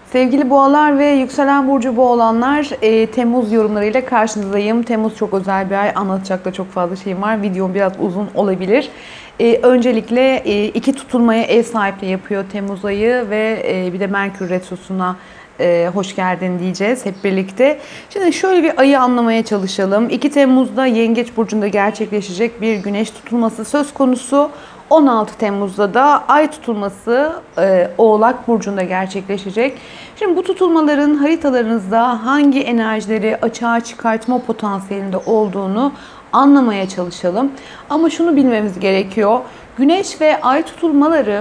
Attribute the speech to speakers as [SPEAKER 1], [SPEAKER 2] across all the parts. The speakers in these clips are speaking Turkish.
[SPEAKER 1] Sevgili boğalar ve yükselen burcu boğalanlar, Temmuz yorumlarıyla karşınızdayım. Temmuz çok özel bir ay. Anlatacak da çok fazla şeyim var. Videom biraz uzun olabilir. Öncelikle iki tutulmaya ev sahipliği yapıyor Temmuz ayı ve bir de Merkür Retrosu'na hoş geldin diyeceğiz hep birlikte. Şimdi şöyle bir ayı anlamaya çalışalım. 2 Temmuz'da Yengeç Burcu'nda gerçekleşecek bir güneş tutulması söz konusu. 16 Temmuz'da da ay tutulması Oğlak Burcu'nda gerçekleşecek. Şimdi bu tutulmaların haritalarınızda hangi enerjileri açığa çıkartma potansiyelinde olduğunu anlamaya çalışalım. Ama şunu bilmemiz gerekiyor. Güneş ve ay tutulmaları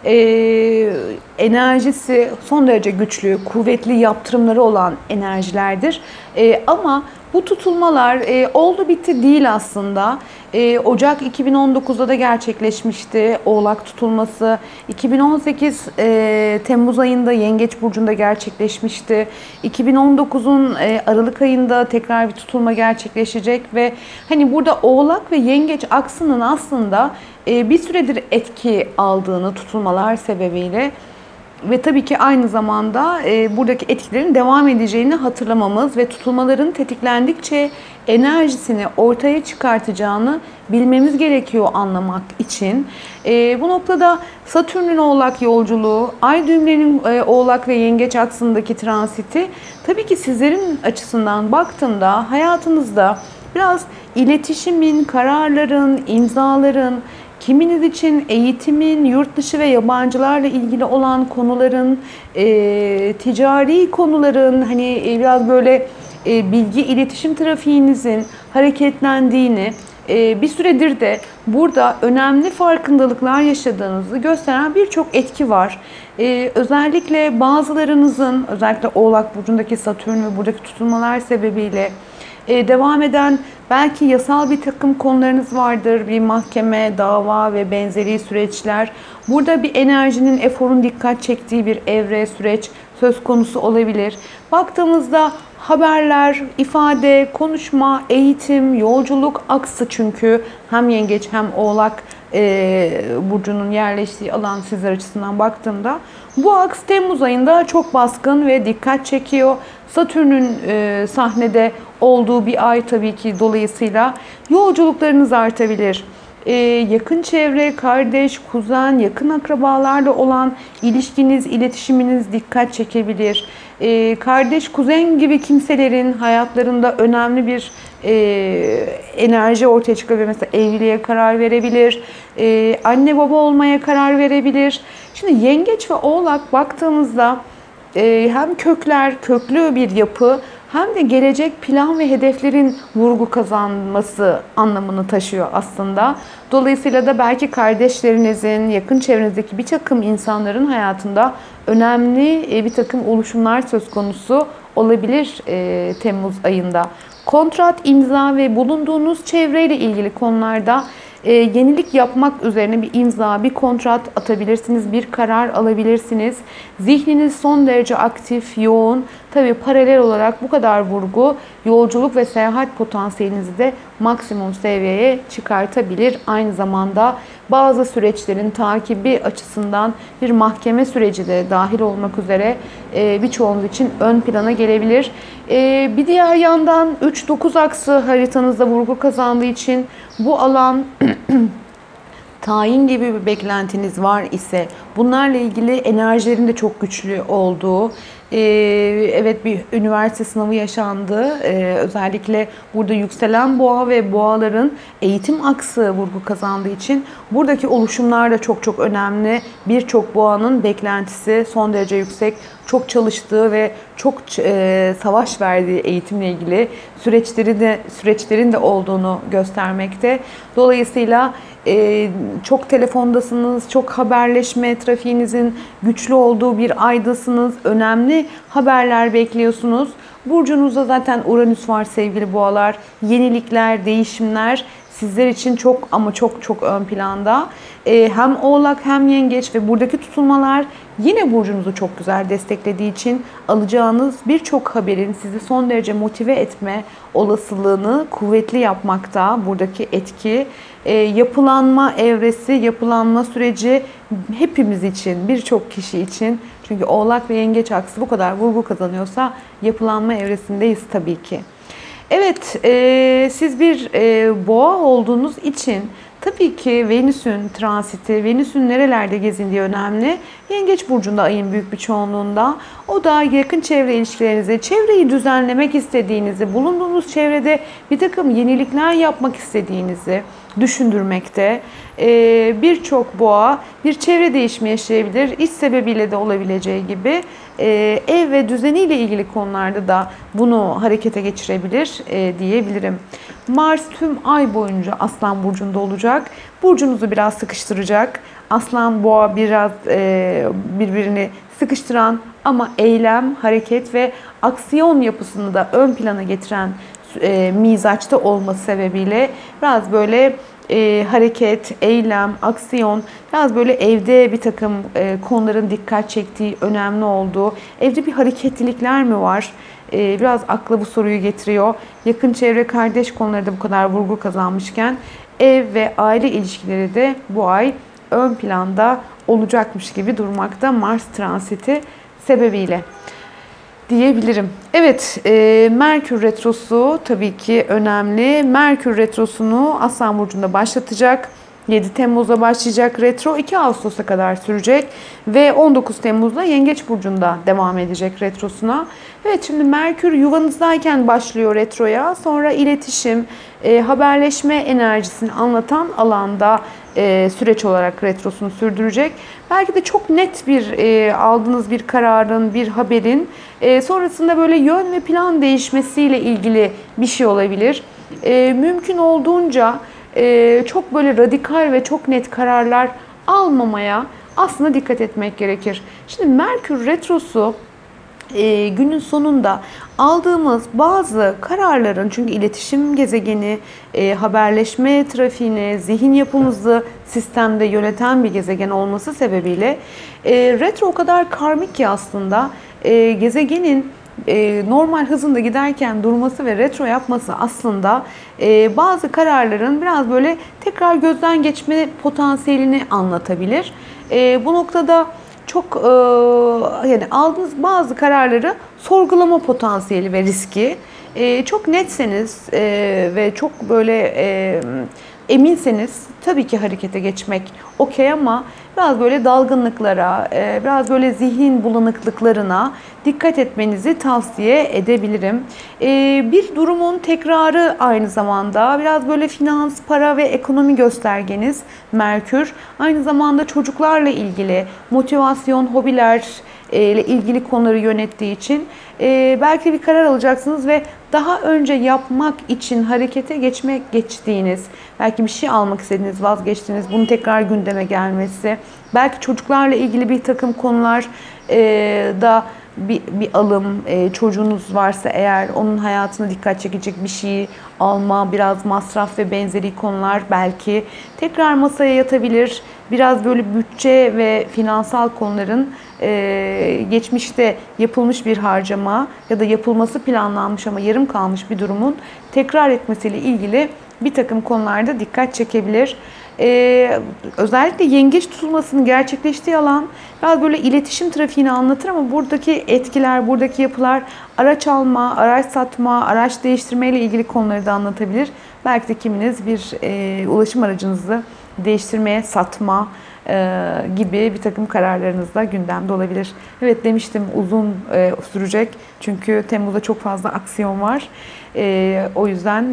[SPEAKER 1] enerjisi son derece güçlü, kuvvetli yaptırımları olan enerjilerdir. Ama bu tutulmalar oldu bitti değil aslında. Ocak 2019'da da gerçekleşmişti Oğlak tutulması. 2018 Temmuz ayında Yengeç Burcu'nda gerçekleşmişti. 2019'un Aralık ayında tekrar bir tutulma gerçekleşecek ve hani burada Oğlak ve Yengeç aksının aslında bir süredir etki aldığını tutulmalar sebebiyle ve tabii ki aynı zamanda buradaki etkilerin devam edeceğini hatırlamamız ve tutulmaların tetiklendikçe enerjisini ortaya çıkartacağını bilmemiz gerekiyor anlamak için. Bu noktada Satürn'ün Oğlak yolculuğu, Ay düğümlerinin Oğlak ve Yengeç aksındaki transiti tabii ki sizlerin açısından baktığımda hayatınızda biraz iletişimin, kararların, imzaların, kiminiz için eğitimin, yurt dışı ve yabancılarla ilgili olan konuların, ticari konuların, hani biraz böyle bilgi iletişim trafiğinizin hareketlendiğini, bir süredir de burada önemli farkındalıklar yaşadığınızı gösteren birçok etki var. Özellikle bazılarınızın, özellikle Oğlak Burcu'ndaki Satürn ve buradaki tutulmalar sebebiyle devam eden belki yasal bir takım konularınız vardır. Bir mahkeme, dava ve benzeri süreçler. Burada bir enerjinin, eforun dikkat çektiği bir evre, süreç söz konusu olabilir. Baktığımızda haberler, ifade, konuşma, eğitim, yolculuk aksı çünkü hem Yengeç hem Oğlak burcunun yerleştiği alan sizler açısından baktığımda bu aks Temmuz ayında çok baskın ve dikkat çekiyor. Satürn'ün sahnede olduğu bir ay tabii ki dolayısıyla yolculuklarınız artabilir. Yakın çevre, kardeş, kuzen, yakın akrabalarla olan ilişkiniz, iletişiminiz dikkat çekebilir. Kardeş, kuzen gibi kimselerin hayatlarında önemli bir enerji ortaya çıkabilir. Mesela evliliğe karar verebilir, anne baba olmaya karar verebilir. Şimdi Yengeç ve Oğlak baktığımızda hem köklü bir yapı hem de gelecek plan ve hedeflerin vurgu kazanması anlamını taşıyor aslında. Dolayısıyla da belki kardeşlerinizin, yakın çevrenizdeki bir takım insanların hayatında önemli bir takım oluşumlar söz konusu olabilir Temmuz ayında. Kontrat, imza ve bulunduğunuz çevreyle ilgili konularda yenilik yapmak üzerine bir imza, bir kontrat atabilirsiniz, bir karar alabilirsiniz. Zihniniz son derece aktif, yoğun. Tabii paralel olarak bu kadar vurgu yolculuk ve seyahat potansiyelinizi de maksimum seviyeye çıkartabilir. Aynı zamanda bazı süreçlerin takibi açısından bir mahkeme süreci de dahil olmak üzere birçoğunuz için ön plana gelebilir. Bir diğer yandan 3-9 aksı haritanızda vurgu kazandığı için bu alan tayin gibi bir beklentiniz var ise bunlarla ilgili enerjilerin de çok güçlü olduğu, evet bir üniversite sınavı yaşandı. Özellikle burada yükselen boğa ve boğaların eğitim aksı vurgu kazandığı için buradaki oluşumlar da çok önemli. Birçok boğanın beklentisi son derece yüksek. Çok çalıştığı ve çok savaş verdiği eğitimle ilgili süreçlerin de olduğunu göstermekte. Dolayısıyla çok telefondasınız, çok haberleşme trafiğinizin güçlü olduğu bir aydasınız. Önemli haberler bekliyorsunuz. Burcunuzda zaten Uranüs var sevgili boğalar. Yenilikler, değişimler sizler için çok ama çok ön planda. Hem Oğlak hem Yengeç ve buradaki tutulmalar yine burcunuzu çok güzel desteklediği için alacağınız birçok haberin sizi son derece motive etme olasılığını kuvvetli yapmakta buradaki etki. Yapılanma evresi, yapılanma süreci hepimiz için, birçok kişi için Çünkü Oğlak ve Yengeç aksı bu kadar vurgu kazanıyorsa yapılanma evresindeyiz tabii ki. Evet, siz bir boğa olduğunuz için tabii ki Venüs'ün transiti, Venüs'ün nerelerde gezindiği önemli. Yengeç burcunda ayın büyük bir çoğunluğunda. O da yakın çevre ilişkilerinizi, çevreyi düzenlemek istediğinizi, bulunduğunuz çevrede bir takım yenilikler yapmak istediğinizi düşündürmekte. Birçok boğa bir çevre değişimi yaşayabilir. İş sebebiyle de olabileceği gibi ev ve düzeniyle ilgili konularda da bunu harekete geçirebilir diyebilirim. Mars tüm ay boyunca Aslan burcunda olacak. Burcunuzu biraz sıkıştıracak. Aslan boğa biraz birbirini sıkıştıran ama eylem, hareket ve aksiyon yapısını da ön plana getiren mizaçta olması sebebiyle biraz böyle hareket, eylem, aksiyon, biraz böyle evde bir takım konuların dikkat çektiği, önemli olduğu, evde bir hareketlilikler mi var? Biraz akla bu soruyu getiriyor. Yakın çevre, kardeş konuları da bu kadar vurgu kazanmışken ev ve aile ilişkileri de bu ay ön planda olacakmış gibi durmakta Mars transiti sebebiyle diyebilirim. Evet, Merkür Retrosu tabii ki önemli. Merkür Retrosunu Aslan Burcu'nda başlatacak. 7 Temmuz'da başlayacak retro, 2 Ağustos'a kadar sürecek ve 19 Temmuz'da Yengeç Burcu'nda devam edecek retrosuna. Evet, şimdi Merkür yuvanızdayken başlıyor retroya, sonra iletişim, haberleşme enerjisini anlatan alanda süreç olarak retrosunu sürdürecek. Belki de çok net bir aldığınız bir kararın, bir haberin sonrasında böyle yön ve plan değişmesiyle ilgili bir şey olabilir. Mümkün olduğunca çok böyle radikal ve çok net kararlar almamaya aslında dikkat etmek gerekir. Şimdi Merkür Retrosu günün sonunda aldığımız bazı kararların, çünkü iletişim gezegeni, haberleşme trafiğini, zihin yapımızı sistemde yöneten bir gezegen olması sebebiyle retro o kadar karmik ki aslında gezegenin normal hızında giderken durması ve retro yapması aslında bazı kararların biraz böyle tekrar gözden geçme potansiyelini anlatabilir. Bu noktada çok yani aldığınız bazı kararları sorgulama potansiyeli ve riski çok netseniz ve çok böyle eminseniz tabii ki harekete geçmek okey, ama biraz böyle dalgınlıklara, biraz böyle zihin bulanıklıklarına dikkat etmenizi tavsiye edebilirim. Bir durumun tekrarı aynı zamanda biraz böyle finans, para ve ekonomi göstergeniz Merkür. Aynı zamanda çocuklarla ilgili motivasyon, hobiler ile ilgili konuları yönettiği için belki bir karar alacaksınız ve daha önce yapmak için harekete geçtiğiniz, belki bir şey almak istediğiniz, vazgeçtiğiniz, bunun tekrar gündeme gelmesi, belki çocuklarla ilgili bir takım konular da bir alım, çocuğunuz varsa eğer onun hayatına dikkat çekecek bir şey alma, biraz masraf ve benzeri konular belki tekrar masaya yatabilir. Biraz böyle bütçe ve finansal konuların geçmişte yapılmış bir harcama ya da yapılması planlanmış ama yarım kalmış bir durumun tekrar etmesiyle ilgili bir takım konularda dikkat çekebilir. Özellikle yengeç tutulmasının gerçekleştiği alan biraz böyle iletişim trafiğini anlatır ama buradaki etkiler, buradaki yapılar araç alma, araç satma, araç değiştirme ile ilgili konuları da anlatabilir. Belki de kiminiz bir ulaşım aracınızı değiştirmeye, satma gibi bir takım kararlarınız da gündemde olabilir. Evet, demiştim uzun sürecek çünkü Temmuz'da çok fazla aksiyon var. O yüzden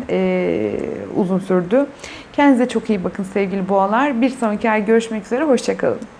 [SPEAKER 1] uzun sürdü. Kendinize çok iyi bakın sevgili boğalar. Bir sonraki ay görüşmek üzere. Hoşça kalın.